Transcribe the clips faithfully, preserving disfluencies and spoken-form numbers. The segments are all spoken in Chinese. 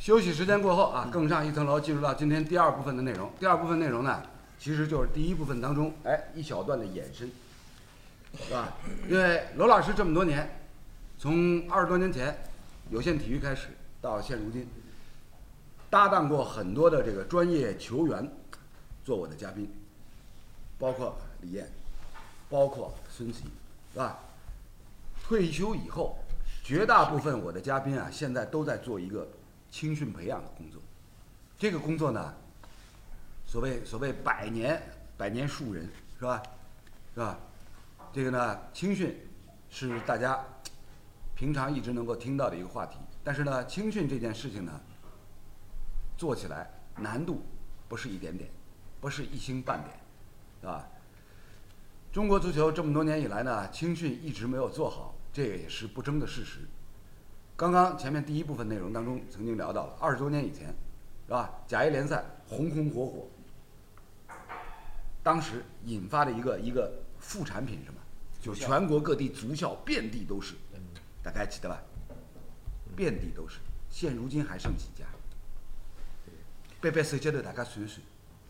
休息时间过后啊，更上一层楼，进入到今天第二部分的内容。第二部分内容呢，其实就是第一部分当中，哎，一小段的延伸，是吧？因为娄老师这么多年，从二十多年前有线体育开始，到现如今，搭档过很多的这个专业球员做我的嘉宾，包括李艳，包括孙琦，是吧？退休以后，绝大部分我的嘉宾啊，现在都在做一个青训培养的工作。这个工作呢，所谓所谓百年百年树人，是吧？是吧？这个呢，青训是大家平常一直能够听到的一个话题，但是呢，青训这件事情呢，做起来难度不是一点点，不是一星半点，是吧？中国足球这么多年以来呢，青训一直没有做好，这也是不争的事实。刚刚前面第一部分内容当中曾经聊到了，二十多年以前，是吧？甲 A 联赛红红火火，当时引发的一个一个副产品是什么？就全国各地足校遍地都是，大家还记得吧？遍地都是，现如今还剩几家？背背手指头，大家数数。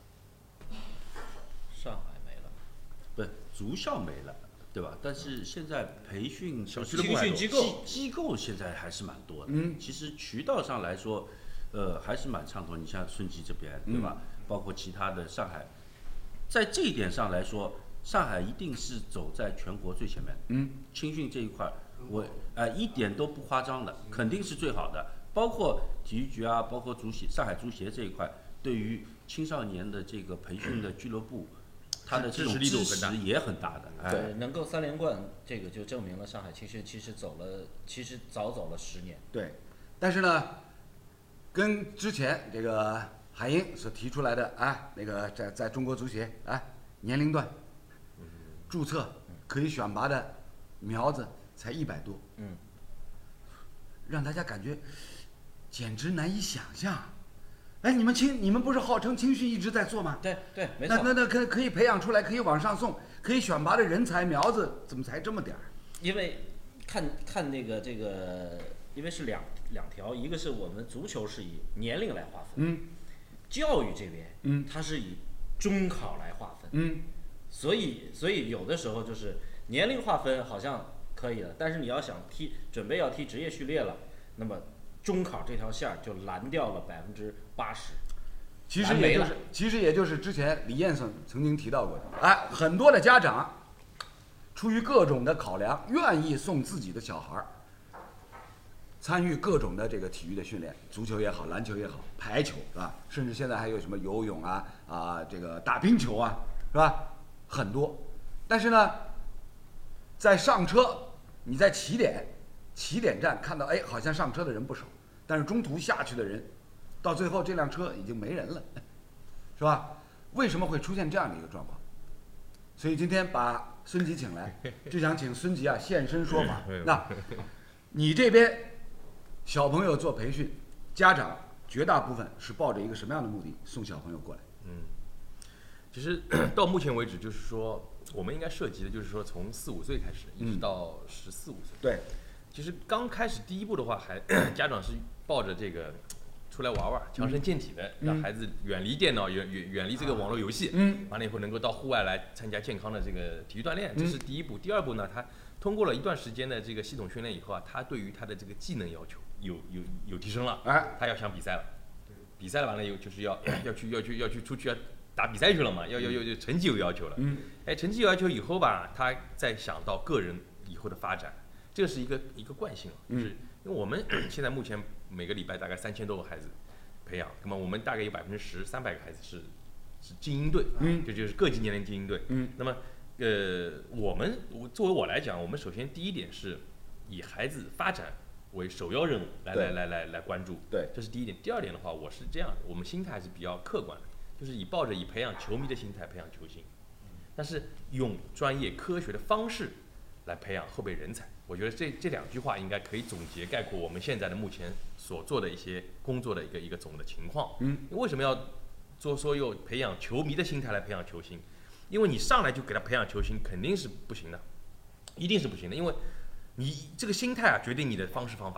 上海没了， 不是足校没了，对吧？但是现在培训小俱乐部训机构机构现在还是蛮多的。 嗯， 其实渠道上来说，呃，还是蛮畅通。你像顺吉这边，对吧？嗯、包括其他的上海，在这一点上来说，上海一定是走在全国最前面。 嗯， 青训这一块，我呃一点都不夸张的，肯定是最好的。包括体育局啊，包括足协、上海足协这一块，对于青少年的这个培训的俱乐部。它的这种支持也很大的， 哎、对，能够三连冠，这个就证明了上海其实其实走了，其实早走了十年。 对，但是呢，跟之前这个海英所提出来的啊，那个在在中国足协啊年龄段注册可以选拔的苗子才一百多， 嗯， 让大家感觉简直难以想象。哎，你们青，你们不是号称青训一直在做吗？ 对对，没错。 那那那可可以培养出来，可以往上送，可以选拔的人才苗子，怎么才这么点儿？ 因为看看那个这个，因为是两两条，一个是我们足球是以年龄来划分， 嗯， 教育这边， 嗯， 它是以中考来划分， 嗯， 所以所以有的时候就是年龄划分好像可以了，但是你要想踢，准备要踢职业序列了，那么。中考这条线就拦掉了百分之八十， 其实也就是，其实也就是之前李彦生曾经提到过的，哎，很多的家长出于各种的考量，愿意送自己的小孩参与各种的这个体育的训练，足球也好，篮球也好，排球是吧？甚至现在还有什么游泳啊啊，这个打冰球啊，是吧？很多，但是呢，在上车，你在起点。起点站看到，哎，好像上车的人不少，但是中途下去的人，到最后这辆车已经没人了，是吧？为什么会出现这样的一个状况？所以今天把孙吉请来，就想请孙吉啊现身说法。那，你这边小朋友做培训，家长绝大部分是抱着一个什么样的目的送小朋友过来？ 嗯，其实到目前为止，就是说我们应该涉及的就是说从四五岁开始，一直到十四五岁。 对。 其实刚开始第一步的话，还家长是抱着这个出来玩玩，强身健体的， 嗯、 让孩子远离电脑，远远远离这个网络游戏， 嗯， 完了以后能够到户外来参加健康的这个体育锻炼，这是第一步。第二步呢，他通过了一段时间的这个系统训练以后啊，他对于他的这个技能要求有有有提升了， 哎， 他要想比赛了，比赛了完了以后就是要要去要去要去出去要打比赛去了嘛，要要要要成绩有要求了， 嗯， 哎，成绩有要求以后吧，他再想到个人以后的发展。这是一个一个惯性，就是因为我们现在目前每个礼拜大概三千多个孩子培养，那么我们大概有百分之十三百个孩子是是精英队， 嗯， 就就是各级年龄精英队， 嗯， 那么呃，我们作为我来讲，我们首先第一点是以孩子发展为首要任务来来来来来关注， 对， 这是第一点。第二点的话，我是这样的，我们心态还是比较客观的，就是以抱着以培养球迷的心态培养球星，但是用专业科学的方式来培养后备人才。我觉得这这两句话应该可以总结概括我们现在的目前所做的一些工作的一个一个总的情况。 嗯， 为什么要做说用培养球迷的心态来培养球星？因为你上来就给他培养球星肯定是不行的，一定是不行的，因为你这个心态啊决定你的方式方法。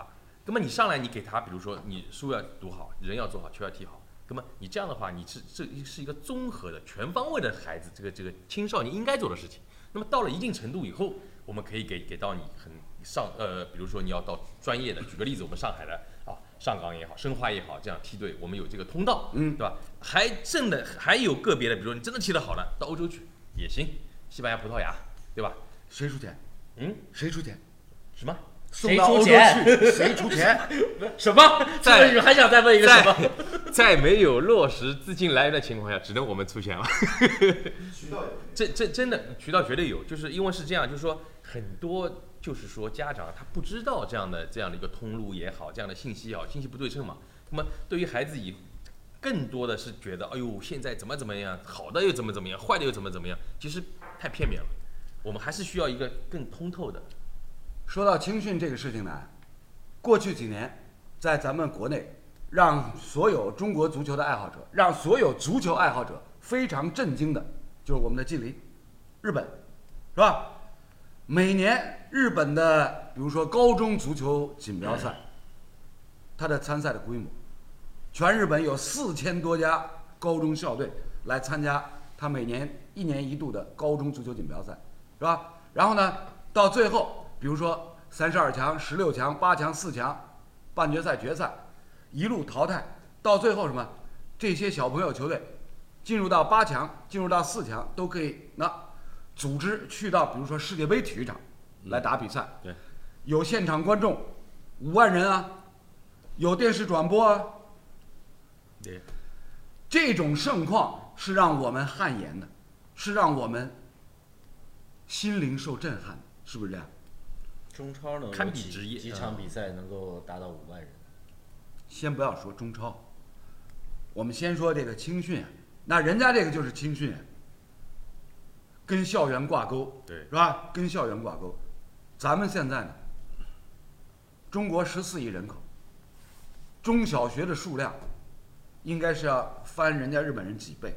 那么你上来你给他，比如说你书要读好，人要做好，球要踢好。那么你这样的话，你是这是一个综合的、全方位的孩子，这个这个青少年应该做的事情。那么到了一定程度以后，我们可以给给到你很上呃，比如说你要到专业的，举个例子，我们上海的啊，上港也好，申花也好，这样梯队我们有这个通道， 嗯， 对吧？还剩的还有个别的，比如说你真的踢得好了，到欧洲去也行，西班牙、葡萄牙，对吧？ 谁出钱？ 嗯， 谁出钱？ 什么？ 送到欧洲去，谁出钱？ 什么？ 在你还想再问一个什么？ 在没有落实资金来源的情况下，只能我们出钱了。 渠道有， 这这真的渠道绝对有，就是因为是这样，就是说很多就是说家长他不知道这样的这样的一个通路也好，这样的信息也好，信息不对称嘛。那么对于孩子以更多的是觉得，哎呦，现在怎么怎么样，好的又怎么怎么样，坏的又怎么怎么样，其实太片面了。我们还是需要一个更通透的。 说到青训这个事情呢，过去几年在咱们国内，让所有中国足球的爱好者，让所有足球爱好者非常震惊的，就是我们的近邻，日本，是吧？每年日本的，比如说高中足球锦标赛，它的参赛的规模，全日本有四千多家高中校队来参加它每年一年一度的高中足球锦标赛，是吧？然后呢，到最后。比如说三十二强、十六强、八强、四强、半决赛、决赛，一路淘汰，到最后什么？这些小朋友球队进入到八强、进入到四强，都可以那组织去到比如说世界杯体育场来打比赛。 对， 有现场观众五万人啊，有电视转播啊。 对， 这种盛况是让我们汗颜的，是让我们心灵受震撼的，是不是这样？ 中超能堪比职业几场比赛能够达到五万人？ 先不要说中超，我们先说这个青训啊，那人家这个就是青训啊，跟校园挂钩， 对， 是吧？跟校园挂钩。咱们现在呢，中国十四亿人口，中小学的数量应该是要翻人家日本人几倍。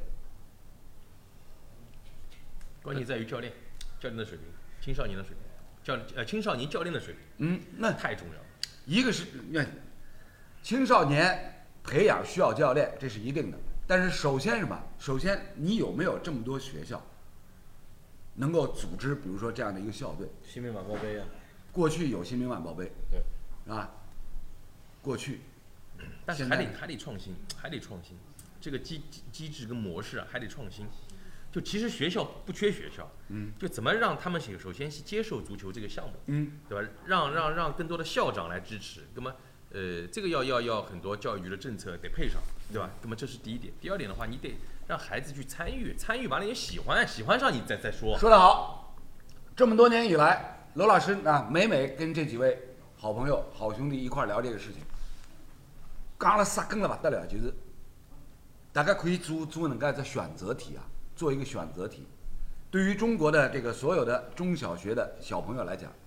关键在于教练，教练的水平，青少年的水平。教呃青少年教练的水平， 嗯，那太重要了。 一个是那青少年培养需要教练，这是一定的。但是首先什么？首先你有没有这么多学校能够组织，比如说这样的一个校队？ 新民晚报杯啊， 过去有新民晚报杯， 对， 是吧？过去， 但是现在还得还得创新，还得创新，这个机机机制跟模式啊还得创新。就其实学校不缺学校， 嗯， 就怎么让他们首先是接受足球这个项目， 嗯， 对吧？让让让更多的校长来支持，那么呃这个要要要很多教育局的政策得配上，对吧？那么这是第一点。第二点的话，你得让孩子去参与，参与完了也喜欢，喜欢上你再再说。 说得好，这么多年以来，罗老师啊，每每跟这几位好朋友、好兄弟一块聊这个事情，讲了啥根了不得了，就是大家可以做做能个这选择题啊。做一个选择题，对于中国的这个所有的中小学的小朋友来讲，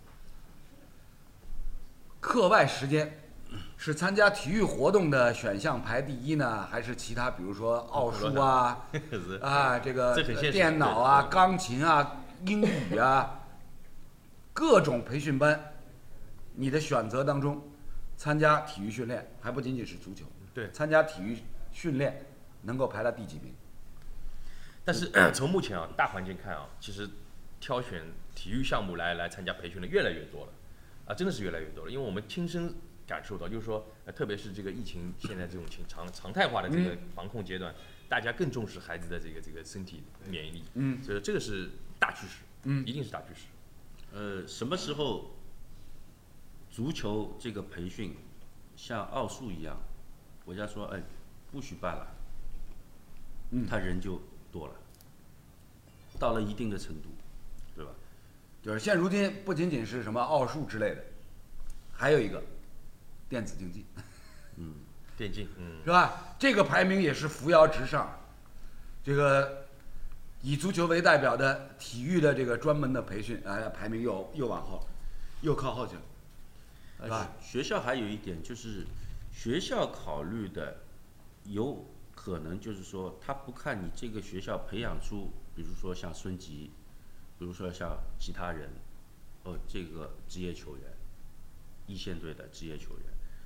课外时间是参加体育活动的选项排第一呢，还是其他比如说奥数啊啊这个电脑啊、钢琴啊、英语啊各种培训班，你的选择当中参加体育训练还不仅仅是足球， 对， 参加体育训练能够排到第几名？ 但是从目前啊大环境看啊，其实挑选体育项目来来参加培训的越来越多了，啊，真的是越来越多了。因为我们亲身感受到，就是说，呃、特别是这个疫情现在这种情常常态化的这个防控阶段，嗯、大家更重视孩子的这个这个身体免疫力， 嗯， 所以这个是大趋势， 嗯， 一定是大趋势。 呃，什么时候足球这个培训像奥数一样，国家说，哎，不许办了， 嗯， 他人就多了，到了一定的程度，对吧？ 就是现如今不仅仅是什么奥数之类的，还有一个电子竞技， 嗯， 电竞，嗯， 是吧？这个排名也是扶摇直上，这个以足球为代表的体育的这个专门的培训，哎，排名又又往后，又靠后去了，是吧？ 学校还有一点就是，学校考虑的有可能就是说，他不看你这个学校培养出，比如说像孙吉，比如说像其他人，哦，这个职业球员，一线队的职业球员，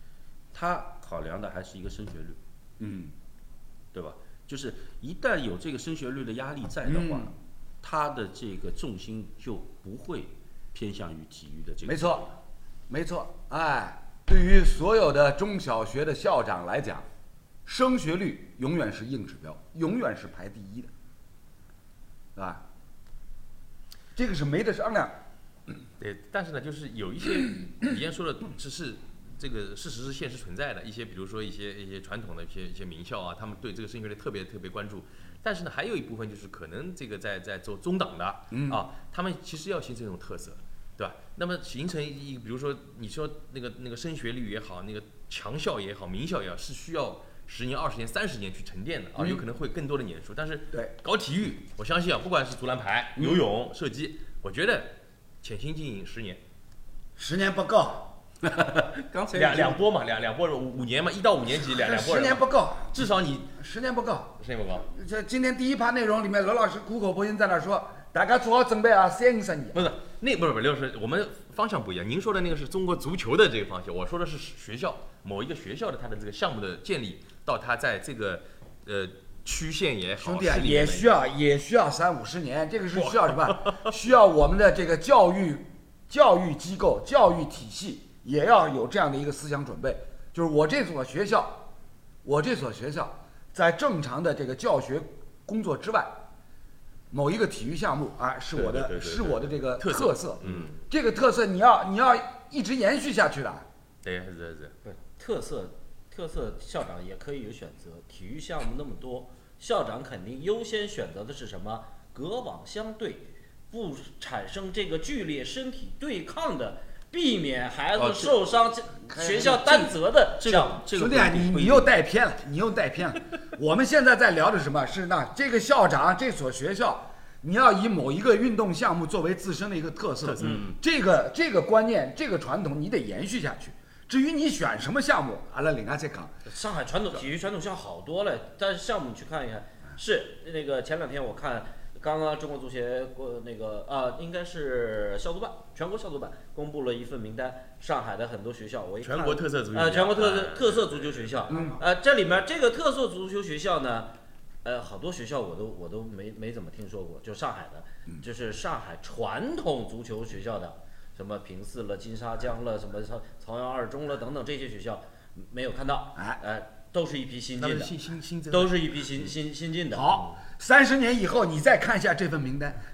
它考量的还是一个升学率， 嗯， 对吧？就是一旦有这个升学率的压力在的话， 嗯它的这个重心就不会偏向于体育的这个。 没错，没错，哎，对于所有的中小学的校长来讲，升学率永远是硬指标，永远是排第一的，是吧？这个是没得商量。 对，但是呢，就是有一些李岩说的只是这个事实是现实存在的，一些比如说一些一些传统的一些一些名校啊，他们对这个升学率特别特别关注。但是呢，还有一部分就是可能这个在在做中档的、 嗯、 啊，他们其实要形成一种特色，对吧？那么形成一，比如说你说那个那个升学率也好，那个强校也好，名校也好，是需要十年、二十年、三十年去沉淀的啊，有可能会更多的年数。但是对搞体育，我相信啊，不管是足篮排、 嗯、 游泳、射击，我觉得潜心经营十年， 十年不够。 刚才两两波嘛，两两波五五年嘛，一到五年级两两波人。 十年不够， 至少你十年不够， 十年不够。 这今天第一趴内容里面，罗老师苦口婆心在那说，大家做好准备啊，三十年。 不是，那不是不是刘老师，我们方向不一样。您说的那个是中国足球的这个方向，我说的是学校某一个学校的它的这个项目的建立，到它在这个呃区县也好， 兄弟啊，也需要也需要三五十年，这个是需要什么？需要我们的这个教育教育机构、教育体系。也要有这样的一个思想准备，就是我这所学校，我这所学校在正常的这个教学工作之外，某一个体育项目啊，是我的， 对对对对是我的这个特特色。 嗯， 这个特色你要你要一直延续下去的。 对，是是是。 不是特色，特色校长也可以有选择。体育项目那么多，校长肯定优先选择的是什么？隔网相对，不产生这个剧烈身体对抗的。避免孩子受伤， 哦、 学校担责的这个这个兄弟啊，你你又带偏了，你又带偏了。我们现在在聊的什么？是那这个校长这所学校，你要以某一个运动项目作为自身的一个特色， 嗯， 这个这个观念，这个传统你得延续下去。至于你选什么项目，阿拉另外再讲。 上海传统体育传统项目好多了，但是项目你去看一看，是那个前两天我看。刚刚中国足协过那个啊，应该是校足办，全国校足办公布了一份名单，上海的很多学校，我一看全国特色足球呃，全国特色特色足球学校， 嗯， 呃，这里面这个特色足球学校呢，呃，好多学校我都我都没没怎么听说过，就上海的，就是上海传统足球学校的，什么平四了、金沙江了、什么曹曹杨二中了等等这些学校没有看到， 哎， 呃，都是一批新进的， 新新新增， 都是一批新新新进的。 好。三十年以后，你再看一下这份名单，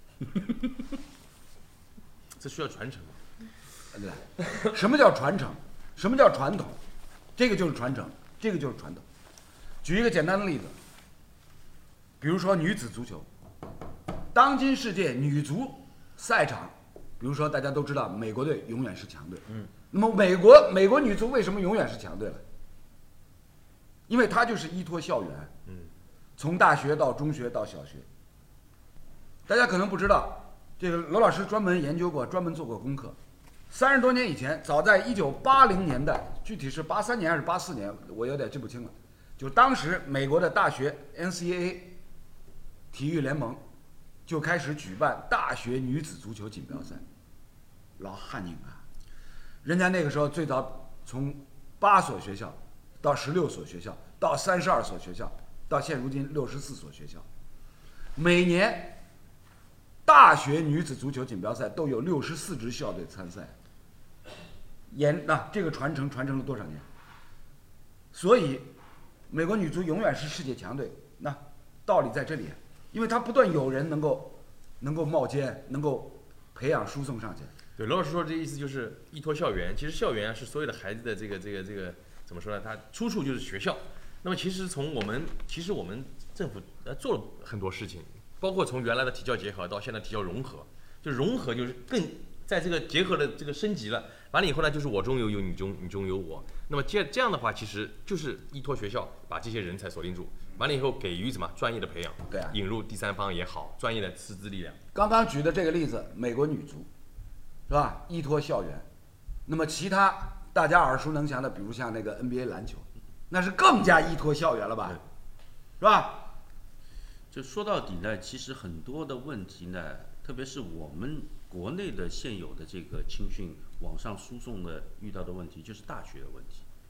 这需要传承。 什么叫传承？什么叫传统？这个就是传承，这个就是传统。举一个简单的例子，比如说女子足球，当今世界女足赛场，比如说大家都知道，美国队永远是强队。 嗯。 那么美国美国女足为什么永远是强队了？因为它就是依托校园。 嗯。 从大学到中学到小学，大家可能不知道，这个罗老师专门研究过，专门做过功课。三十多年以前，早在一九八零年代，具体是八三年还是八四年，我有点记不清了。就当时美国的大学 N C A A 体育联盟就开始举办大学女子足球锦标赛，老汉宁啊！人家那个时候最早从八所学校到十六所学校，到三十二所学校。到现如今六十四所学校，每年大学女子足球锦标赛都有六十四支校队参赛。延那、啊、这个传承传承了多少年？所以，美国女足永远是世界强队。那道理在这里，因为它不断有人能够能够冒尖，能够培养输送上去。 对，罗老师说这意思就是依托校园。其实校园啊是所有的孩子的这个这个这个怎么说呢？它出处就是学校。那么其实从我们，其实我们政府呃做了很多事情，包括从原来的体教结合到现在体教融合，就融合就是更在这个结合的这个升级了。完了以后呢，就是我中有有，你中你中有我。那么这这样的话，其实就是依托学校把这些人才锁定住，完了以后给予什么专业的培养， 对啊， 引入第三方也好，专业的师资力量。 刚刚举的这个例子，美国女足，是吧？依托校园。那么其他大家耳熟能详的，比如像那个 N B A 篮球。那是更加依托校园了吧，是吧？ 就说到底呢，其实很多的问题呢，特别是我们国内的现有的这个青训网上输送的遇到的问题，就是大学的问题。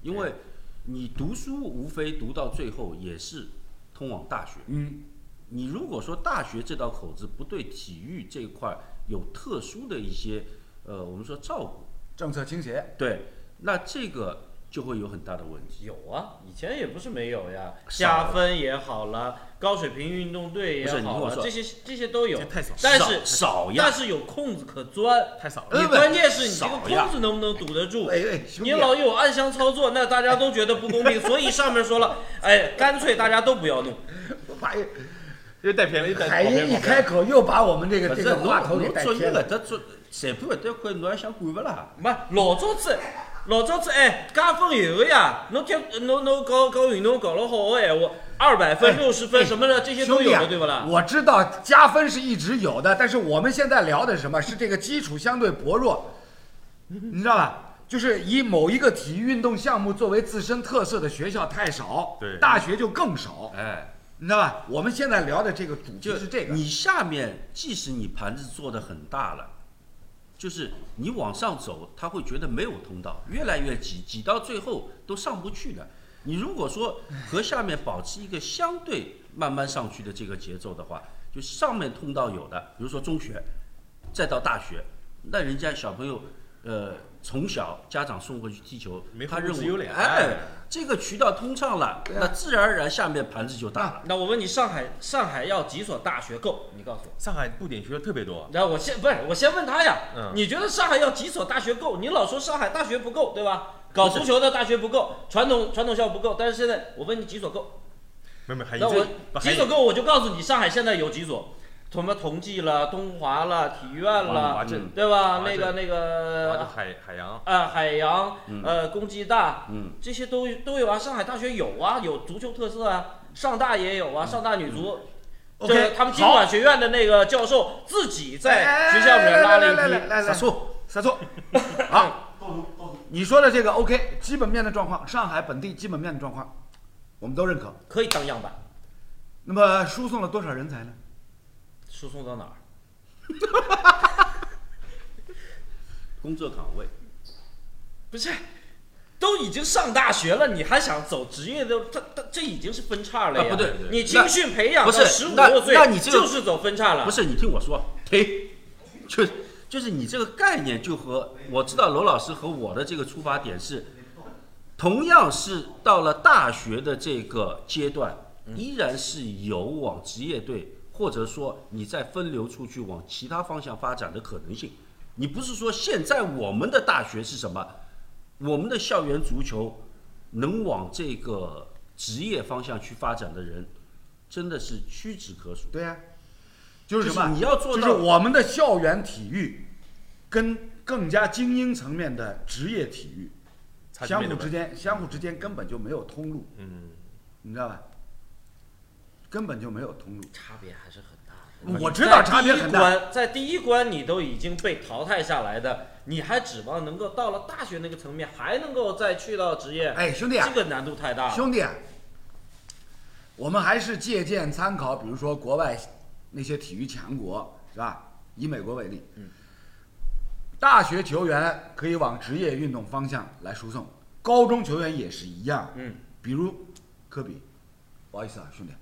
因为你读书无非读到最后也是通往大学。 嗯， 你如果说大学这道口子不对体育这一块有特殊的一些呃，我们说照顾， 政策倾斜， 对，那这个就会有很大的问题。 有啊，以前也不是没有呀， 少加分也好了，高水平运动队也不是你跟好了， 我说这些这些都有这，太少了， 但是少呀但是有空子可钻， 太少了。 你呃关键是你这个少呀空子能不能堵得住？ 哎哎，兄弟啊， 你老有暗箱操作，那大家都觉得不公平，所以上面说了，哎，干脆大家都不要弄。 把又带偏了，又带海英一跑偏跑偏开口又把我们这个不是这个话头给带偏了侬作业搿。搭做裁判搿搭块，侬还想管勿啦？ 没老早子，老早子哎，加分有个呀，侬踢侬侬搞搞运动搞了好个闲话，二百分、六十分什么的，这些都有兄弟啊的，对不啦？ 我知道加分是一直有的，但是我们现在聊的是什么？是这个基础相对薄弱，你知道吧？就是以某一个体育运动项目作为自身特色的学校太少， 对大学就更少， 哎， 你知道吧？我们现在聊的这个主题就是这个， 你下面即使你盘子做的很大了，就是你往上走，他会觉得没有通道，越来越挤，挤到最后都上不去的。你如果说和下面保持一个相对慢慢上去的这个节奏的话，就上面通道有的，比如说中学，再到大学，那人家小朋友，呃，从小家长送过去踢球没， 他认为， 后顾之忧了哎，这个渠道通畅了， 对啊那自然而然下面盘子就大了。 那我问你，上海上海要几所大学够？你告诉我。 上海布点学校特别多， 然后我先不是，我先问他呀， 嗯你觉得上海要几所大学够？你老说上海大学不够，对吧？搞足球的大学不够，传统传统校不够，但是现在我问你几所够？ 没有没有，海那英我这几所够，我就告诉你，上海现在有几所，什么同济了、东华了、体院了， 华镇对吧？ 华镇那个那啊，这个海海洋啊，海洋， 嗯呃，工技大， 嗯， 这些都都有啊。上海大学有啊，有足球特色啊，上大也有啊，上大女足。这 OK， 个他们经管学院的那个教授自己在学校里面拉了一批， 来撒错， 撒错，好，你说的这个 OK， 基本面的状况，上海本地基本面的状况，我们都认可。 可以当样板。 那么输送了多少人才呢？ 输送到哪儿？ 工作岗位。 不是，都已经上大学了，你还想走职业的？他他这已经是分叉了呀。 啊不对你青训培养不是到十五那六岁， 那你这个就是走分叉了。 不是，你听我说，嘿，就就是你这个概念就和我知道罗老师和我的这个出发点是，同样是到了大学的这个阶段，依然是有往职业队，或者说你再分流出去往其他方向发展的可能性。你不是说现在我们的大学是什么？我们的校园足球能往这个职业方向去发展的人，真的是屈指可数。 对呀、就是什么？ 就是你要做到就是我们的校园体育跟更加精英层面的职业体育差距相没那么大互之间，相互之间根本就没有通路， 嗯， 你知道吧？根本就没有通路。 差别还是很大的。 我知道差别很大。 在第一关，在第一关你都已经被淘汰下来的，你还指望能够到了大学那个层面，还能够再去到职业？ 哎，兄弟啊， 这个难度太大了。 兄弟啊，我们还是借鉴参考，比如说国外那些体育强国，是吧？以美国为例， 嗯， 大学球员可以往职业运动方向来输送，高中球员也是一样， 嗯， 比如科比，不好意思啊，兄弟，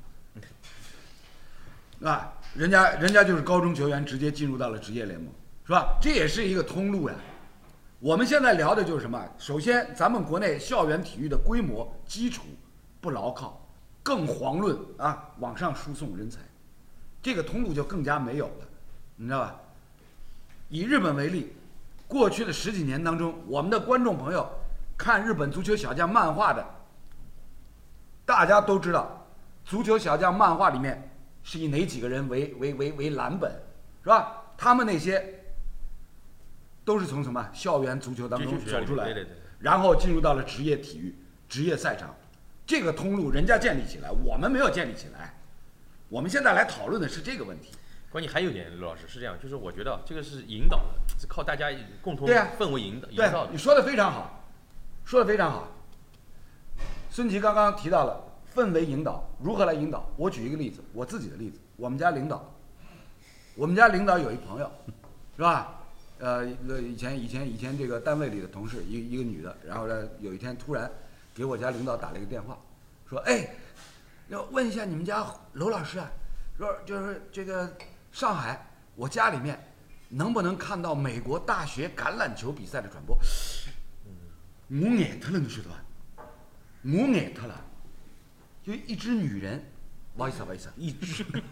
是吧？人家人家就是高中球员直接进入到了职业联盟，是吧？这也是一个通路呀。我们现在聊的就是什么？首先，咱们国内校园体育的规模基础不牢靠，更遑论啊往上输送人才，这个通路就更加没有了，你知道吧？以日本为例，过去的十几年当中，我们的观众朋友看日本足球小将漫画的，大家都知道，足球小将漫画里面是以哪几个人为为为为蓝本，是吧？他们那些都是从什么校园足球当中走出来， 对对对， 然后进入到了职业体育、职业赛场，这个通路人家建立起来，我们没有建立起来。我们现在来讨论的是这个问题。 关键还有一点，罗老师是这样，就是我觉得这个是引导的，是靠大家共同对啊氛围引导、营对造，的你。说的非常好，说的非常好。孙琦刚刚提到了氛围引导，如何来引导？我举一个例子，我自己的例子，我们家领导，我们家领导有一朋友，是吧？呃，以前以前以前这个单位里的同事，一一个女的，然后呢，有一天突然给我家领导打了一个电话，说：“哎，要问一下你们家娄老师啊，说就是这个上海我家里面能不能看到美国大学橄榄球比赛的转播？”我眼特了，你晓得吧？我眼特了，就一只女人，不好意思，不好意思，一只，不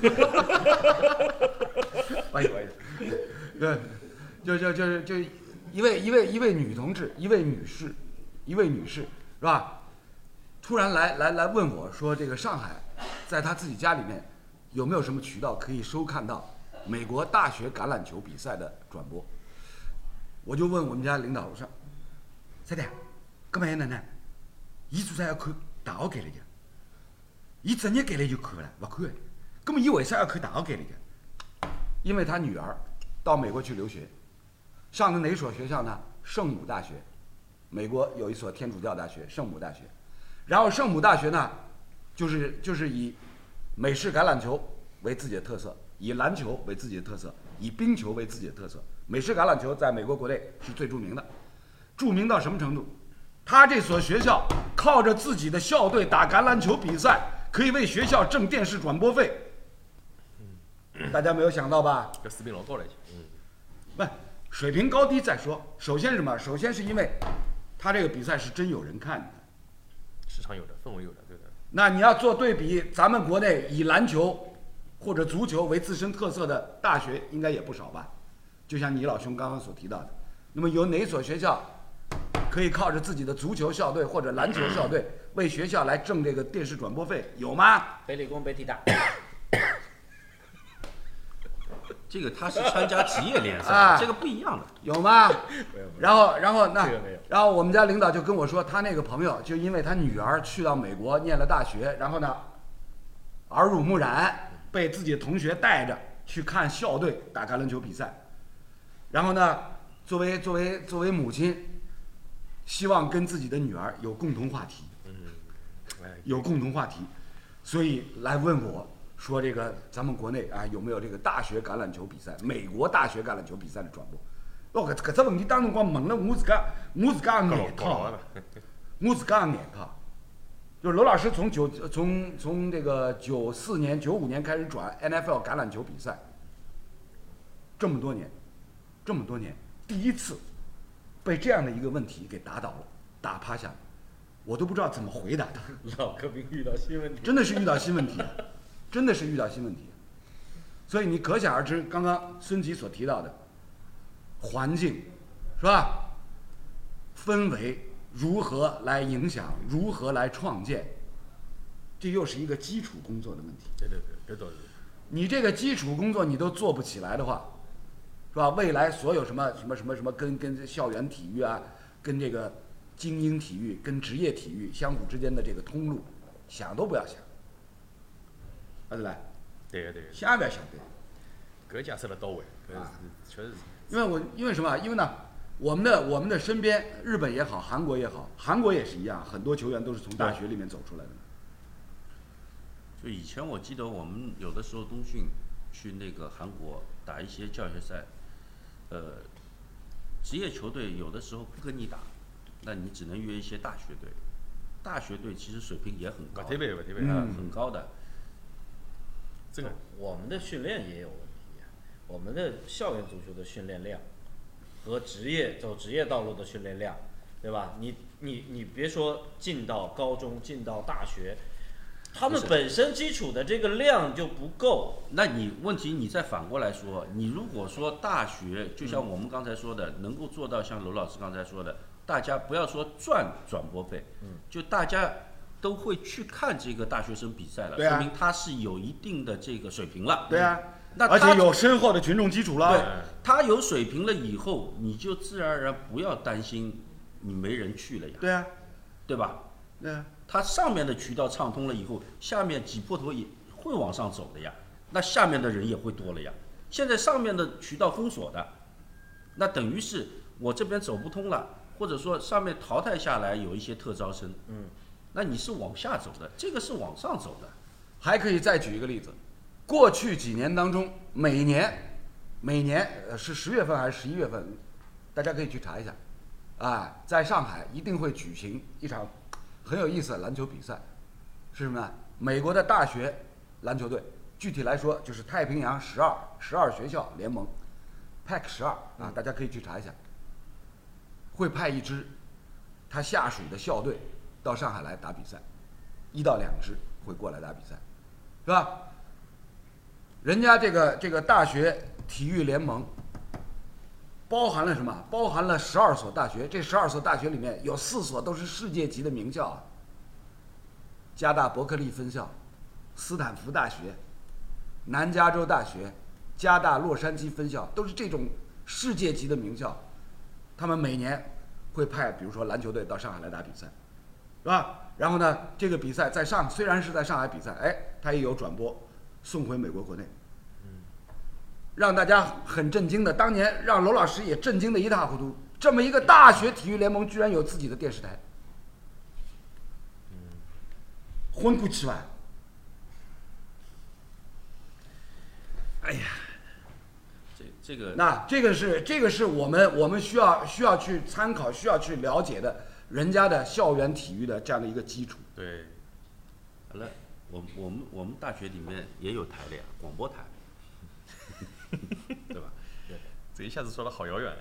好意思，不好意思，对，就就就是就一位一位一位女同志，一位女士，一位女士是吧？突然来来来问我说，这个上海，在她自己家里面有没有什么渠道可以收看到美国大学橄榄球比赛的转播？我就问我们家领导，我说：“三弟，搿么还能呢？伊做啥要看大学概率的？伊职业概率就看不了，不看的。搿么伊为啥要看大学概率的？因为他女儿到美国去留学，上的哪所学校呢？圣母大学，美国有一所天主教大学，圣母大学。然后圣母大学呢，就是就是以美式橄榄球为自己的特色，以篮球为自己的特色，以冰球为自己的特色。美式橄榄球在美国国内是最著名的，著名到什么程度？他这所学校靠着自己的校队打橄榄球比赛，可以为学校挣电视转播费。大家没有想到吧？ 搿水平老高了已经。嗯， 不，水平高低再说。首先是什么？首先是因为他这个比赛是真有人看的， 市场有的，氛围有的，对的。 那你要做对比，咱们国内以篮球或者足球为自身特色的大学应该也不少吧？就像你老兄刚刚所提到的，那么有哪所学校可以靠着自己的足球校队或者篮球校队为学校来挣这个电视转播费？有吗？ 北理工、北体大。 这个他是参加职业联赛， 啊、 这个不一样的， 有吗？然后，然后那， 这个没有然后我们家领导就跟我说，他那个朋友就因为他女儿去到美国念了大学，然后呢，耳濡目染，被自己的同学带着去看校队打橄榄球比赛，然后呢，作为作为作为母亲，希望跟自己的女儿有共同话题， 嗯，哎， 有共同话题，所以来问我。说这个咱们国内啊有没有这个大学橄榄球比赛，美国大学橄榄球比赛的转播？哦，搿搿只问题当辰光问了我自家，我自家搞眼套搞了， 我自家眼套。就是娄老师从九从从这个九四年九五年开始转 N F L 橄榄球比赛，这么多年，这么多年，第一次被这样的一个问题给打倒了，打趴下了，我都不知道怎么回答他。 老革命遇到新问题， 真的是遇到新问题。真的是遇到新问题，所以你可想而知，刚刚孙吉所提到的环境，是吧？氛围如何来影响，如何来创建，这又是一个基础工作的问题。 对对对，搿倒是。 你这个基础工作你都做不起来的话，是吧？未来所有什么什么什么什么跟跟校园体育啊，跟这个精英体育、跟职业体育相互之间的这个通路，想都不要想。啊，对吧？ 对个对个， 想也不要想对。 搿假设的到位，搿是确实是。 因为我因为什么？因为呢，我们的我们的身边，日本也好，韩国也好，韩国也是一样，很多球员都是从大学里面走出来的。 就以前我记得我们有的时候冬训去那个韩国打一些教学赛，呃，职业球队有的时候不跟你打，那你只能约一些大学队。大学队其实水平也很高， 不特别不特别， 嗯，很高的。 这个我们的训练也有问题，我们的校园足球的训练量和职业走职业道路的训练量，对吧？你你你别说进到高中，进到大学，他们本身基础的这个量就不够。 那你问题你再反过来说，你如果说大学，就像我们刚才说的，嗯、能够做到像娄老师刚才说的，大家不要说赚转播费， 嗯， 就大家都会去看这个大学生比赛了， 对啊、 说明他是有一定的这个水平了。 对啊， 那而且有深厚的群众基础了。 对，他有水平了以后，你就自然而然不要担心你没人去了呀。 对啊， 对吧？ 对啊， 他上面的渠道畅通了以后，下面挤破头也会往上走的呀，那下面的人也会多了呀。现在上面的渠道封锁的，那等于是我这边走不通了，或者说上面淘汰下来有一些特招生， 嗯。 那你是往下走的，这个是往上走的。 还可以再举一个例子，过去几年当中，每年，每年呃是十月份还是十一月份，大家可以去查一下，啊，在上海一定会举行一场很有意思的篮球比赛，是什么呢？美国的大学篮球队，具体来说就是太平洋十二十二学校联盟 ，P A C 十二啊，大家可以去查一下，会派一支他下属的校队到上海来打比赛，一到两支会过来打比赛，是吧？人家这个这个大学体育联盟包含了什么？包含了十二所大学，这十二所大学里面有四所都是世界级的名校啊，加大伯克利分校、斯坦福大学、南加州大学、加大洛杉矶分校，都是这种世界级的名校。他们每年会派，比如说篮球队到上海来打比赛，是吧？然后呢，这个比赛在上虽然是在上海比赛，哎，它也有转播送回美国国内。让大家很震惊的，当年让娄老师也震惊的一塌糊涂。这么一个大学体育联盟居然有自己的电视台，昏过去吧？ 哎呀，这这个那这个是这个是我们我们需要需要去参考、需要去了解的人家的校园体育的这样的一个基础。 对， 好了，我我们我们大学里面也有台的呀，广播台。对吧？ 对，这一下子说的好遥远。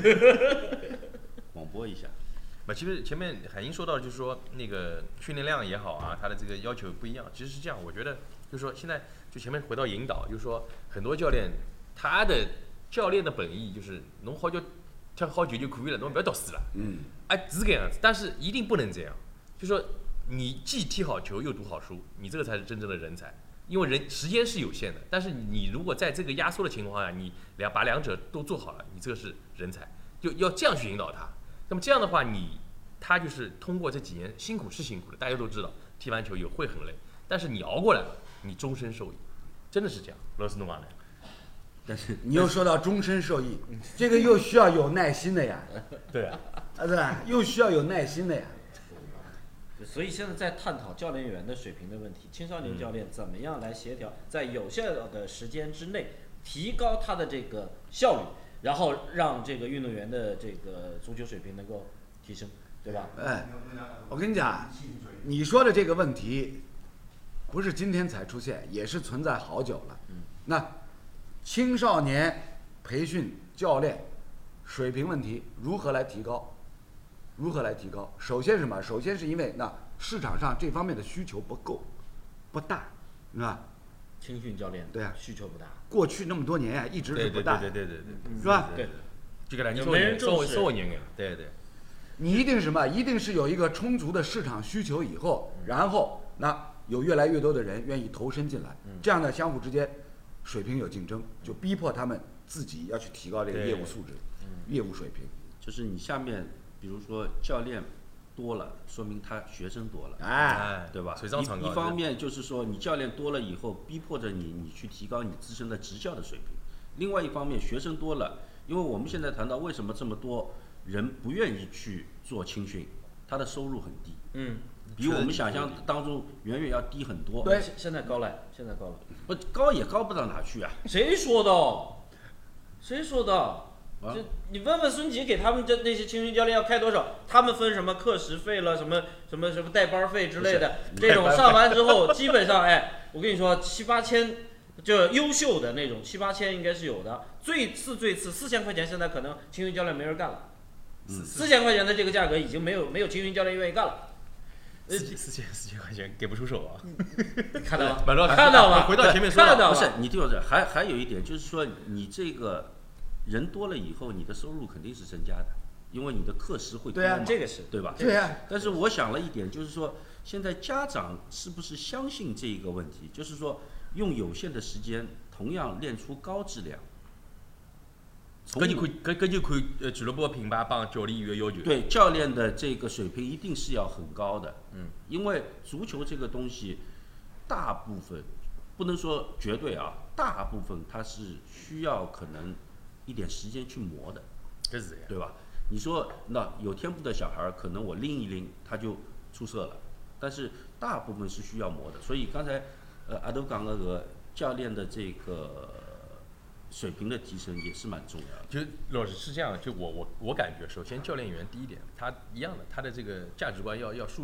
广播一下。 那其实前面海英说到，就是说那个训练量也好啊，他的这个要求不一样。其实是这样，我觉得就是说现在就前面回到引导，就是说很多教练他的教练的本意就是侬好就跳好球就可以了，侬不要读书了。 嗯。 哎，是这样子，但是一定不能这样。就说你既踢好球又读好书，你这个才是真正的人才。因为人时间是有限的，但是你如果在这个压缩的情况下，你两把两者都做好了，你这个是人才，就要这样去引导他。那么这样的话，你他就是通过这几年辛苦是辛苦的，大家都知道踢完球也会很累，但是你熬过来了，你终身受益，真的是这样。罗斯诺瓦呢？ 但是你又说到终身受益，这个又需要有耐心的呀。 对啊， 啊对吧？又需要有耐心的呀。 所以现在在探讨教练员的水平的问题，青少年教练怎么样来协调，在有效的时间之内提高他的这个效率，然后让这个运动员的这个足球水平能够提升，对吧？ 哎，我跟你讲，你说的这个问题不是今天才出现，也是存在好久了。 嗯， 那青少年培训教练水平问题如何来提高？如何来提高？首先是什么？首先是因为那市场上这方面的需求不够，不大，是吧？ 青训教练对啊， 需求不大。 过去那么多年呀、啊，一直是不大， 对对对对对对， 是吧？ 对， 这个呢，你没人重视， 稍微严点，对对。 你一定什么？一定是有一个充足的市场需求以后，然后那有越来越多的人愿意投身进来，这样呢，相互之间水平有竞争，就逼迫他们自己要去提高这个业务素质、业务水平。 就是你下面。比如说教练多了，说明他学生多了， 哎， 对吧？ 水涨船高。 一一方面就是说你教练多了以后，逼迫着你，你去提高你自身的执教的水平；另外一方面，学生多了，因为我们现在谈到为什么这么多人不愿意去做青训，他的收入很低， 嗯， 比我们想象当中远远要低很多。 对， 现在高了，现在高了， 不高也高不到哪去啊？ 谁说的？谁说的？ 啊、 就你问问孙吉，给他们这那些青训教练要开多少？他们分什么课时费了，什么什么什么带班费之类的，这种上完之后，基本上哎，我跟你说七八千，就优秀的那种七八千应该是有的。最次最次四千块钱，现在可能青训教练没人干了。四千块钱的这个价格已经没有没有青训教练愿意干了。 四千四千四千块钱给不出手啊！ 看到吗？ 了， 看到吗？ 回到前面说看到不是你听我说，还还有一点就是说，你这个人多了以后，你的收入肯定是增加的，因为你的课时会多嘛。 对啊， 这个是对吧？ 对啊。 但是我想了一点，就是说，现在家长是不是相信这个问题？就是说，用有限的时间，同样练出高质量。 搿就看搿搿就看呃俱乐部品牌帮教练员要求。 对教练的这个水平一定是要很高的， 嗯， 因为足球这个东西，大部分不能说绝对啊，大部分它是需要可能一点时间去磨的， 这是这样， 对吧？你说那有天赋的小孩，可能我拎一拎他就出色了，但是大部分是需要磨的。所以刚才呃阿斗讲那个教练的这个水平的提升也是蛮重要的。 就老师是这样，就我我我感觉，首先教练员第一点，他一样的，他的这个价值观要要树立，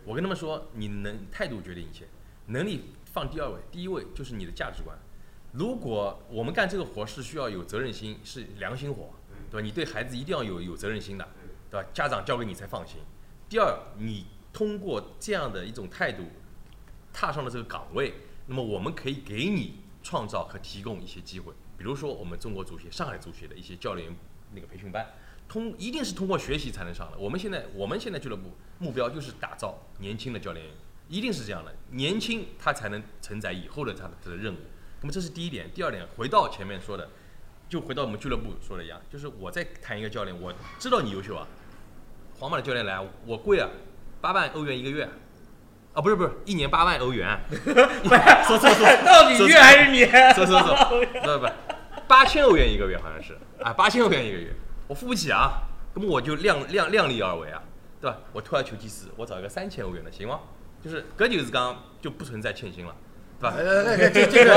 我跟他们说，你能态度决定一切，能力放第二位，第一位就是你的价值观。如果我们干这个活是需要有责任心，是良心活，对吧？你对孩子一定要有有责任心的，对吧？家长交给你才放心。第二，你通过这样的一种态度，踏上了这个岗位，那么我们可以给你创造和提供一些机会，比如说我们中国足协、上海足协的一些教练员那个培训班，通一定是通过学习才能上的。我们现在我们现在俱乐部目标就是打造年轻的教练员，一定是这样的，年轻他才能承载以后的他的他的任务。那么这是第一点。第二点，回到前面说的，就回到我们俱乐部说的一样，就是我在谈一个教练，我知道你优秀啊，皇马的教练来，我贵啊，八万欧元一个月。啊，不是不是，一年八万欧元，说错错， 到底月还是年？ 说说说，不不，八千欧元一个月好像是啊，八千欧元一个月，我付不起啊，那么我就量量量力而为啊，对吧？我退而求其次，我找一个三千欧元的，行吗？就是搿就是讲就不存在欠薪了，对吧？ 呃，这这个，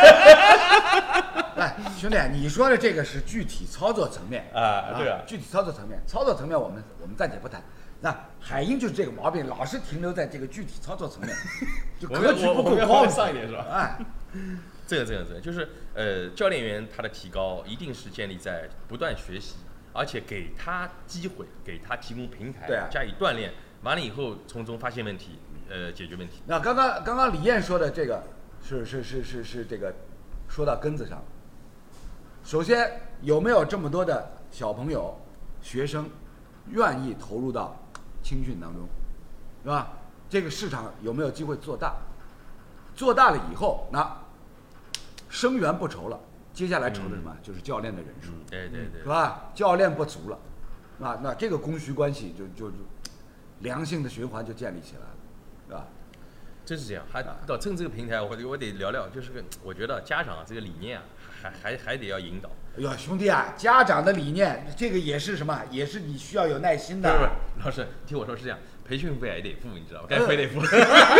哎，兄弟，你说的这个是具体操作层面啊，对啊， 具体操作层面，操作层面我们我们暂且不谈。那海鹰就是这个毛病，老是停留在这个具体操作层面，就格局不够高， 上一点是吧？ 哎， 这个这个这个就是呃，教练员他的提高一定是建立在不断学习，而且给他机会，给他提供平台， 对啊， 加以锻炼，完了以后从中发现问题，呃，解决问题。 那刚刚刚刚李艳说的这个是是是是是这个说到根子上。首先有没有这么多的小朋友、学生愿意投入到青训当中，是吧？这个市场有没有机会做大？做大了以后，那生源不愁了，接下来愁的什么？嗯、就是教练的人数， 对对对， 是吧？教练不足了，啊，那这个供需关系就就就良性的循环就建立起来了，是吧？ 真是这样，还到趁这个平台，我我得聊聊，就是个我觉得家长啊这个理念啊，还还还得要引导。 哎呦，兄弟啊，家长的理念，这个也是什么？也是你需要有耐心的。 不是不是，老师，听我说是这样，培训费也得付，你知道吧？该付得付。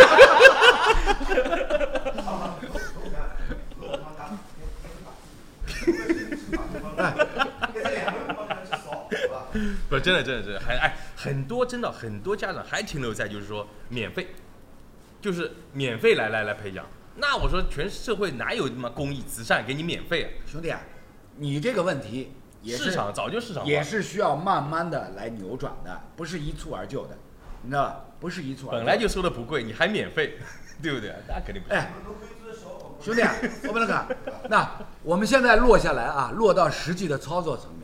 不是真的真的真的，还哎很多真的很多家长还停留在就是说免费，就是免费来来来培养。那我说全社会哪有他妈公益慈善给你免费啊？ 兄弟啊，你这个问题也是市场早就市场化， 也是需要慢慢的来扭转的，不是一蹴而就的，你知道吧？不是一蹴而就。 本来就收的不贵，你还免费，对不对？那肯定不。 哎，兄弟啊，我们那个，那我们现在落下来啊，落到实际的操作层面。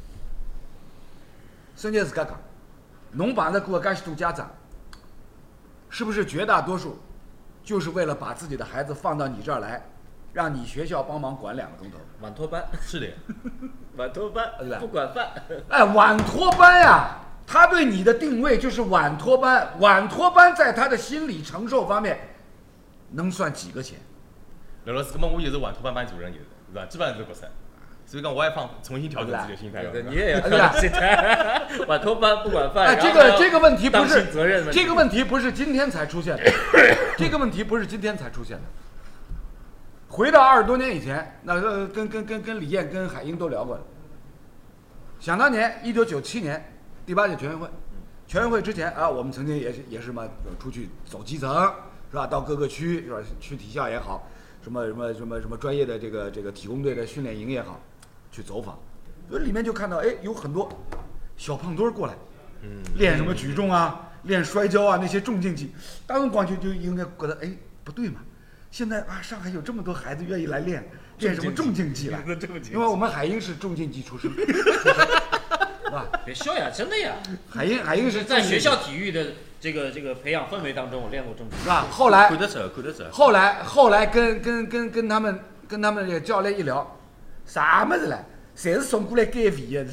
孙杰自家讲，侬碰着过介许多家长，是不是绝大多数就是为了把自己的孩子放到你这儿来，让你学校帮忙管两个钟头？ 晚托班是的， 晚托班不管饭。 哎，晚托班呀，他对你的定位就是晚托班。晚托班在他的心理承受方面，能算几个钱？ 刘老师，那么我就是晚托班班主任，就是是吧？基本上是不是？所以讲，我也放重新调整自己的心态。 对，你也要调整心态。晚托班不管饭。 哎，这个这个问题不是责任问题， 这个问题不是今天才出现的，这个问题不是今天才出现的。回到二十多年以前，那个跟跟跟跟李艳、跟海英都聊过了。想当年，一九九七年第八届全运会，全运会之前啊，我们曾经也是也是嘛，出去走基层，是吧？到各个区，是吧？区体校也好，什么什么什么什么专业的这个这个体工队的训练营也好，去走访，所以里面就看到，哎，有很多小胖墩过来， 嗯， 练什么举重啊，练摔跤啊，那些重竞技，当时光就就应该觉得，哎，不对嘛。现在啊，上海有这么多孩子愿意来练练什么重竞技了，因为我们海鹰是重竞技出身，是吧？ 别笑呀，真的呀！ 海鹰海鹰是在学校体育的这个这个培养氛围当中，我练过重竞技， 是吧？后来看得走，看得走。 后来后来跟跟跟跟他们跟他们这个教练一聊，啥么子了，侪是送过来减肥的，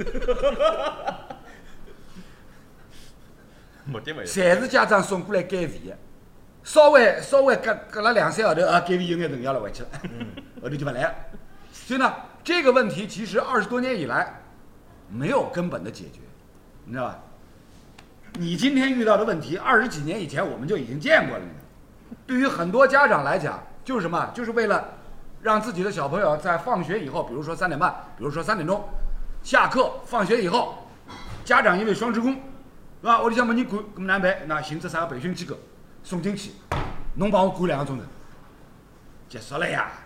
没得没得， 侪是家长送过来减肥的。稍微稍微隔隔了两三个号头啊，减肥有眼成效了，回去了，后头就不来了。所以呢，这个问题其实二十多年以来没有根本的解决，你知道吧？你今天遇到的问题，二十几年以前我们就已经见过了。对于很多家长来讲，就是什么？就是为了让自己的小朋友在放学以后，比如说三点半，比如说三点钟，下课放学以后，家长因为双职工， 是吧？屋里向没人管，咁哪能办？那寻只啥培训机构送进去，侬帮我管两个钟头，结束了呀。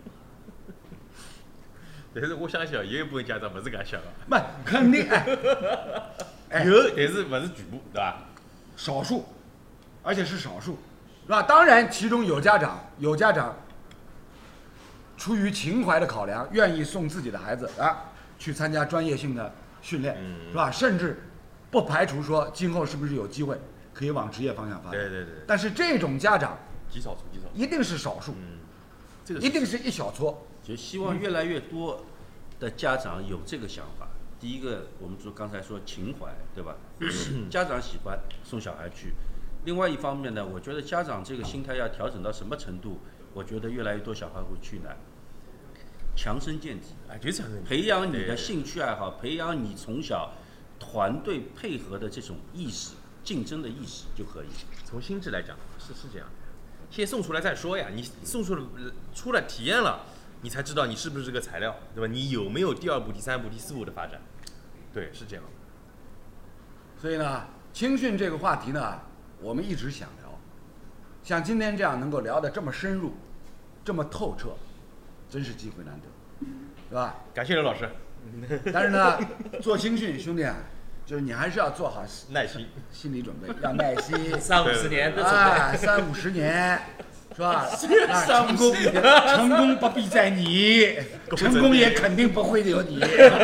但是我相信有一部分家长勿是搿样想的， 没肯定哎，哎有，但是勿是全部，对伐？ 少数，而且是少数，是吧？当然，其中有家长有家长出于情怀的考量，愿意送自己的孩子啊去参加专业性的训练， 嗯是吧？甚至不排除说今后是不是有机会可以往职业方向发展。 对对对， 但是这种家长极少数，极少数。 一定是少数， 嗯，这个一定是一小撮。 就希望越来越多的家长有这个想法。第一个，我们说刚才说情怀，对吧？家长喜欢送小孩去。另外一方面呢，我觉得家长这个心态要调整到什么程度？我觉得越来越多小孩会去呢，强身健体， 啊，就是这样子。 培养你的兴趣爱好，培养你从小团队配合的这种意识、竞争的意识就可以。 从心智来讲，是是这样。先送出来再说呀，你送出了出来体验了，你才知道你是不是这个材料，对吧？你有没有第二步、第三步、第四步的发展？对，是这样。 所以呢，青训这个话题呢，我们一直想聊，像今天这样能够聊得这么深入、这么透彻，真是机会难得，是吧？ 感谢刘老师， 但是呢，做青训，兄弟啊，就是你还是要做好耐心、 心理准备，要耐心， 三五十年的准备。 啊，三五十年，是吧？那成功，成功不必在你，成功也肯定不会有你。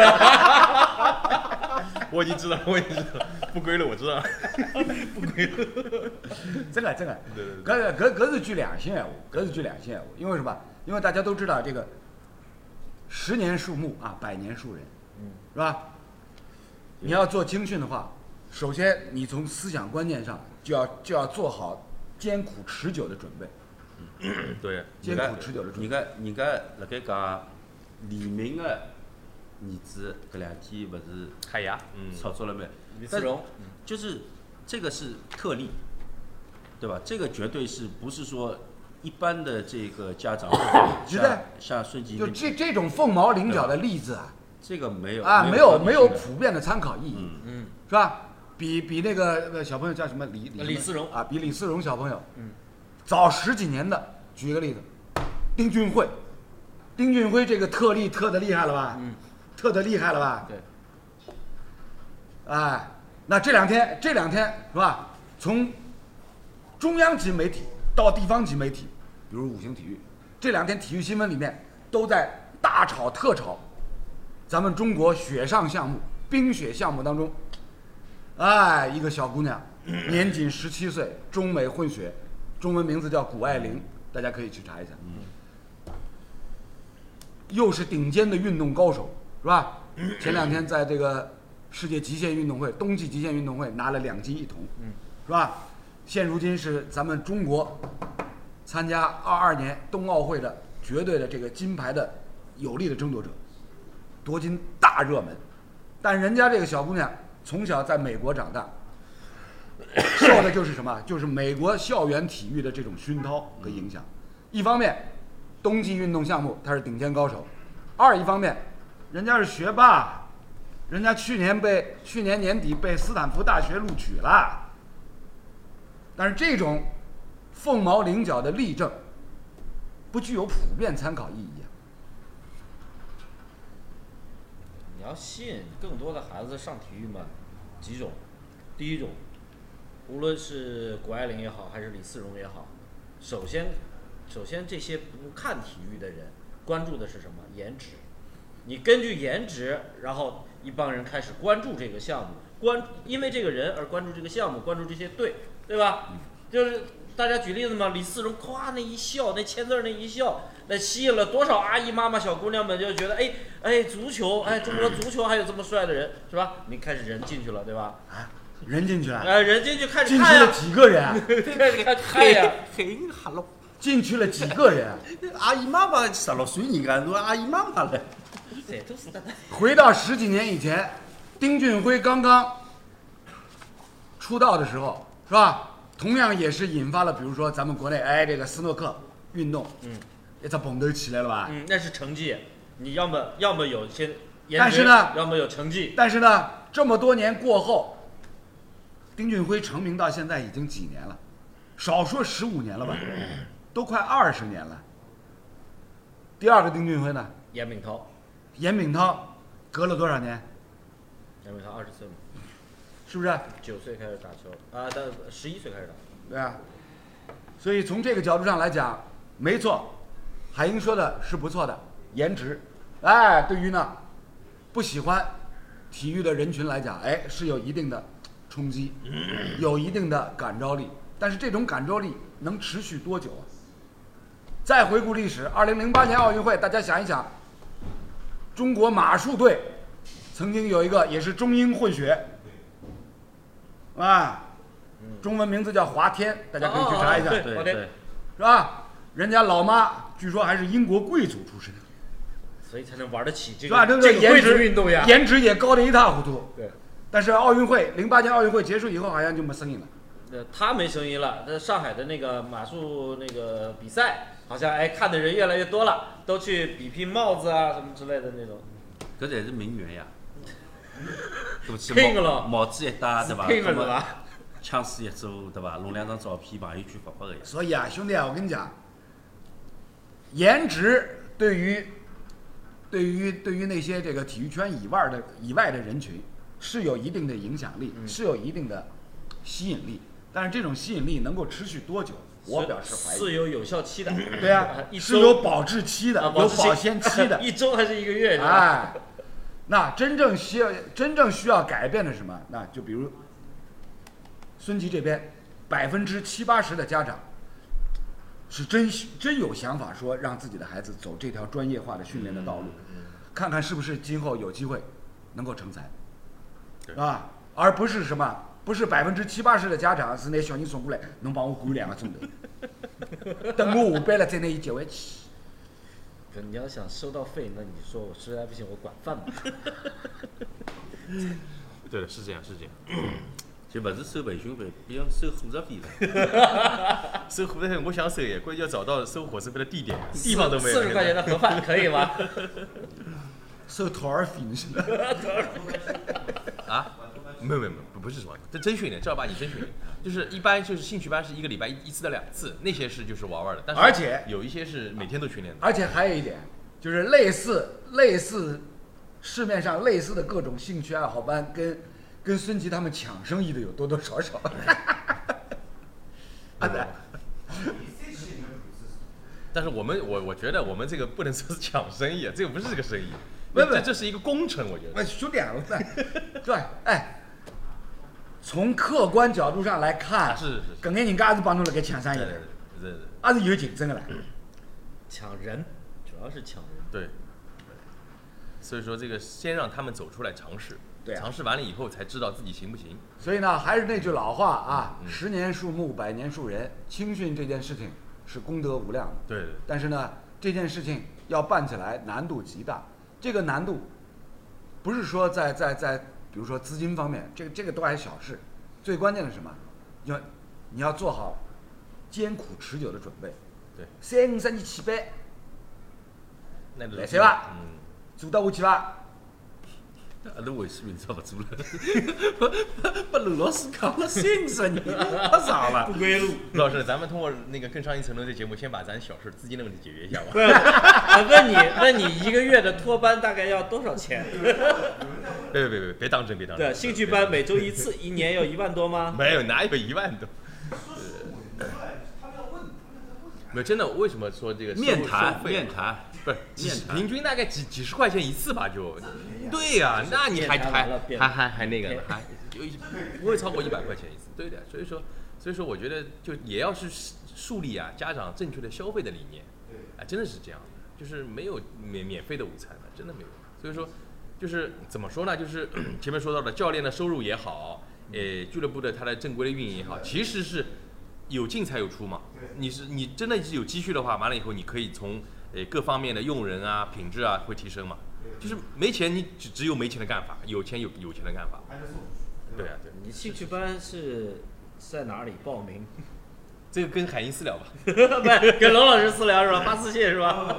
我已经知道，我已经知道，不归路我知道，不归路。 真的真的， 对对搿搿搿是句良心闲话，搿是句良心闲话。因为什么？因为大家都知道这个十年树木啊，百年树人， 嗯， 是吧？你要做青训的话，首先你从思想观念上就要就要做好艰苦持久的准备， 对， 艰苦持久的准备。 人家人家辣盖讲李明的儿子搿两天勿是海牙，嗯， 炒作了没？ 李思荣， 就是这个是特例，对吧？这个绝对是不是说一般的这个家长， 觉得像像孙吉就这这种凤毛麟角的例子啊， 这个没有啊，没有没有普遍的参考意义， 嗯嗯， 是吧？比比那个呃小朋友叫什么李李李思荣啊，比李思荣小朋友， 嗯， 早十几年的。举一个例子，丁俊晖，丁俊晖这个特例特的厉害了吧？ 嗯， 特的厉害了吧？ 对。 哎，那这两天这两天是吧？从中央级媒体到地方级媒体，比如五星体育，这两天体育新闻里面都在大炒特炒咱们中国雪上项目、冰雪项目当中，哎，一个小姑娘，年仅十七岁，中美混血，中文名字叫谷爱凌，大家可以去查一下。又是顶尖的运动高手，是吧？前两天在这个世界极限运动会、冬季极限运动会拿了两金一铜，是吧？现如今是咱们中国参加二二年冬奥会的绝对的这个金牌的有力的争夺者，夺金大热门。但人家这个小姑娘从小在美国长大，受的就是什么？就是美国校园体育的这种熏陶和影响。一方面，冬季运动项目她是顶尖高手；二一方面，人家是学霸，人家去年被去年年底被斯坦福大学录取了。但是这种凤毛麟角的例证，不具有普遍参考意义啊。 你要吸引更多的孩子上体育嘛，几种，第一种，无论是谷爱凌也好，还是李思荣也好，首先，首先这些不看体育的人关注的是什么？颜值。你根据颜值，然后一帮人开始关注这个项目，关因为这个人而关注这个项目，关注这些队，对吧？就是大家举例子嘛，李思荣咵那一笑，那签字那一笑，那吸引了多少阿姨妈妈小姑娘们，就觉得哎哎足球，哎中国足球还有这么帅的人，是吧？你开始人进去了，对吧？ 啊，人进去了， 哎，人进去开始进去看呀、 了几个人啊？ 开始看看呀、 嘿哈喽， 进去了几个人啊？ 阿姨妈妈十六岁人家都阿姨妈妈了。 这都是的。 回到十几年以前，丁俊晖刚刚出道的时候，是吧？同样也是引发了，比如说咱们国内哎这个斯诺克运动， 嗯， 一只蓬头起来了吧？ 嗯，那是成绩，你要么要么有些颜值， 但是呢要么有成绩。 但是呢，这么多年过后， 丁俊晖成名到现在已经几年了，少说十五年了吧，都快二十年了。第二个丁俊晖呢？ 严炳涛， 严炳涛，隔了多少年？ 严炳涛二十岁嘛， 是不是？ 九岁开始打球啊，到十一岁开始打。 对啊。所以从这个角度上来讲，没错，海英说的是不错的，颜值，哎，对于呢不喜欢体育的人群来讲，哎，是有一定的冲击，有一定的感召力。但是这种感召力能持续多久啊？再回顾历史，二零零八年奥运会，大家想一想，中国马术队曾经有一个也是中英混血，啊，中文名字叫华天，大家可以去查一下， 哦哦哦对对， 是吧？人家老妈据说还是英国贵族出身， 所以才能玩得起这是吧？ 个这个颜这个贵族值运动呀。 颜值也高得一塌糊涂。 对。 但是奥运会零八年奥运会结束以后，好像就没声音了。 呃，他没声音了。那上海的那个马术那个比赛，好像哎看的人越来越多了，都去比拼帽子啊什么之类的那种。 搿才是名媛呀，对不起， 拼个咯帽帽子一戴对伐？ 拼了是那么吧？ 枪丝一做对伐？弄两张照片朋友圈发发个呀。 所以啊，兄弟啊，我跟你讲，颜值对于对于对于那些这个体育圈以外的以外的人群是有一定的影响力， 嗯是有一定的吸引力。但是这种吸引力能够持续多久，我表示怀疑。 是有有效期的。 对啊， 一周是有保质期的， 啊有保鲜期的。 一周还是一个月？ 哎，那真正需要真正需要改变的是什么？那就比如孙吉这边，百分之七八十的家长是真真有想法说让自己的孩子走这条专业化的训练的道路，看看是不是今后有机会能够成才，是吧？而不是什么，不是百分之七八十的家长是拿小人送过来，能帮我管两个钟头，等我下班了再拿伊接回去。 你要想收到费，那你说我实在不行，我管饭吧。 对的，是这样，是这样。 就不是收培训费，比要收伙食费了。 收伙食费我想收也，关键要找到收伙食费的地点，地方都没有。 四十块钱的盒饭可以吗？ 收托儿费你信吗？ 啊？没有没有没有，不是什么，这真训练，正儿八经真训练，就是一般就是兴趣班是一个礼拜一一次到两次，那些是就是玩玩的，但是而且有一些是每天都训练的。 而且还有一点，就是类似类似市面上类似的各种兴趣爱好班，跟跟孙吉他们抢生意的有多多少少。啊对。 但是我们我我觉得我们这个不能说是抢生意啊，这个不是这个生意， 不不这这是一个工程，我觉得。 哎，兄弟啊，对，哎，从客观角度上来看， 是是是， 搿眼人家也是帮侬辣盖抢生意对的， 对对也是有竞争的啦。 抢人，主要是抢人。 对。所以说这个先让他们走出来尝试， 对啊尝试完了以后才知道自己行不行。 所以呢，还是那句老话啊， 嗯十年树木，百年树人。青训这件事情是功德无量的， 对对。 但是呢，这件事情要办起来难度极大。这个难度不是说在在在，比如说资金方面，这个这个都还是小事。最关键的是什么？要你要做好艰苦持久的准备。 对。 三五十年起班， 那来塞吧， 嗯， 做得下去吧？ 阿拉卫视明朝不做了，把刘老师讲了三十年，太长了。 不归路。 陆老师，咱们通过那个更上一层楼的节目，先把咱小事资金的问题解决一下吧。 我问你，问你一个月的托班大概要多少钱？ 别别别别别当真，别当真。 对，兴趣班每周一次，一年要一万多吗？ 没有，哪有一万多？没有，真的，为什么说这个面谈收费面谈不是几面谈平均大概几几十块钱一次吧？就对呀、那你还还面谈完了变还还还那个呢？还有一不会超过一百块钱一次，对的。所以说，所以说，我觉得就也要是树立啊家长正确的消费的理念，啊，真的是这样的，就是没有免免费的午餐的，真的没有。所以说，就是怎么说呢？就是前面说到的教练的收入也好，呃，俱乐部的它的正规的运营也好，其实是有进才有出嘛。你是你真的是有积蓄的话，完了以后你可以从呃各方面的用人啊、品质啊会提升嘛。就是没钱你只只有没钱的干法，有钱有有钱的干法。对啊，对。 你兴趣班是在哪里报名？ 这个跟海英私聊吧。 不是跟龙老师私聊是吧？发私信是吧？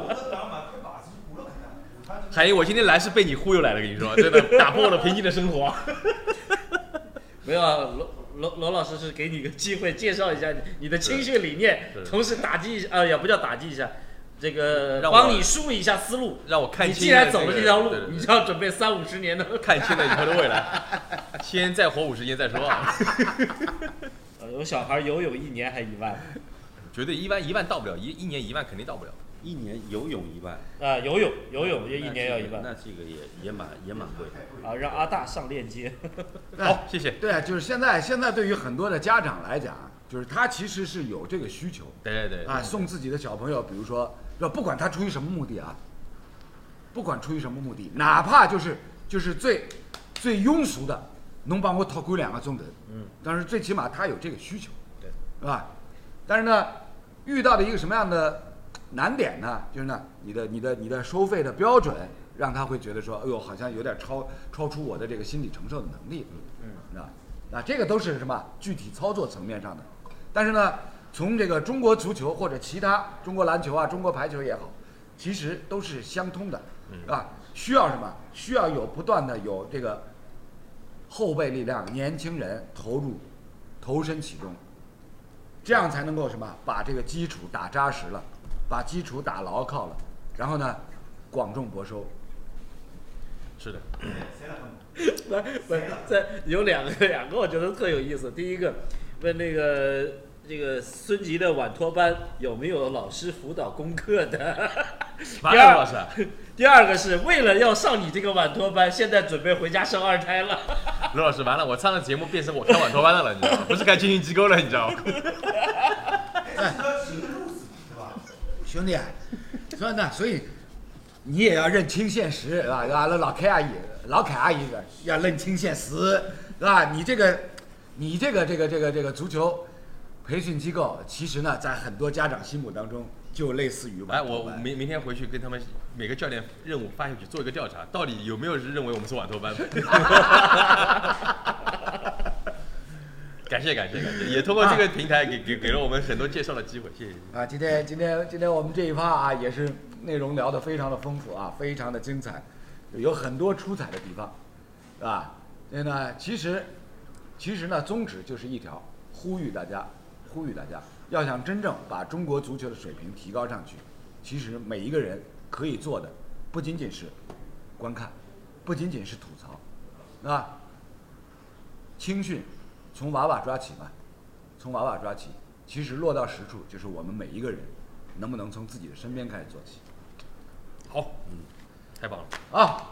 海英，我今天来是被你忽悠来的，跟你说，真的打破我的平静的生活。 没有啊，龙罗罗老师是给你个机会介绍一下你你的青训理念，同时打击一下，呃，也不叫打击一下，这个帮你梳理一下思路， 让我看清。 你既然走了这条路， 对对对你就要准备三五十年的看清了以后的未来，先再活五十年再说啊。 呃，有小孩游泳一年还一万， 绝对一万一万到不了，一一年一万肯定到不了。 一年游泳一万啊，游泳游泳也一年要一万， 那这个也也蛮也蛮贵的啊，让阿大上链接。 好，谢谢。 对，就是现在现在对于很多的家长来讲，就是他其实是有这个需求， 对对啊，送自己的小朋友，比如说，不管他出于什么目的啊，不管出于什么目的，哪怕就是就是最最庸俗的，能帮我掏够两个钟头， 嗯， 但是最起码他有这个需求， 对， 是吧？但是呢，遇到的一个什么样的难点呢？就是呢，你的你的你的收费的标准，让他会觉得说，哎呦，好像有点超超出我的这个心理承受的能力， 嗯， 是吧？啊，这个都是什么具体操作层面上的。但是呢，从这个中国足球或者其他中国篮球啊、中国排球也好，其实都是相通的，啊，需要什么？需要有不断的有这个后备力量、年轻人投入、投身其中，这样才能够什么？把这个基础打扎实了，把基础打牢靠了，然后呢，广种博收。 是的。 不不，这有两个两个，我觉得特有意思。第一个，问那个这个孙吉的晚托班有没有老师辅导功课的？ 马亮老师。 第二个是为了要上你这个晚托班，现在准备回家生二胎了。 罗老师，完了，我上了节目变成我开晚托班的了，你知道吗？不是开军训机构了，你知道吗？ 兄弟，所以呢，所以你也要认清现实，是吧？俺老凯阿姨，老凯阿姨要认清现实，是吧？你这个，你这个这个这个这个足球培训机构，其实呢，在很多家长心目当中，就类似于哎，我明明天回去跟他们每个教练任务发下去，做一个调查，到底有没有人认为我们是晚托班？感谢感谢感谢，也通过这个平台给给给了我们很多介绍的机会，谢谢。 啊，今天今天今天我们这一趴啊，也是内容聊得非常的丰富啊，非常的精彩，有很多出彩的地方，是吧？所以呢，其实其实呢，宗旨就是一条，呼吁大家，呼吁大家，要想真正把中国足球的水平提高上去，其实每一个人可以做的，不仅仅是观看，不仅仅是吐槽，啊，青训。从娃娃抓起嘛，从娃娃抓起，其实落到实处，就是我们每一个人能不能从自己的身边开始做起。 好，嗯，太棒了啊！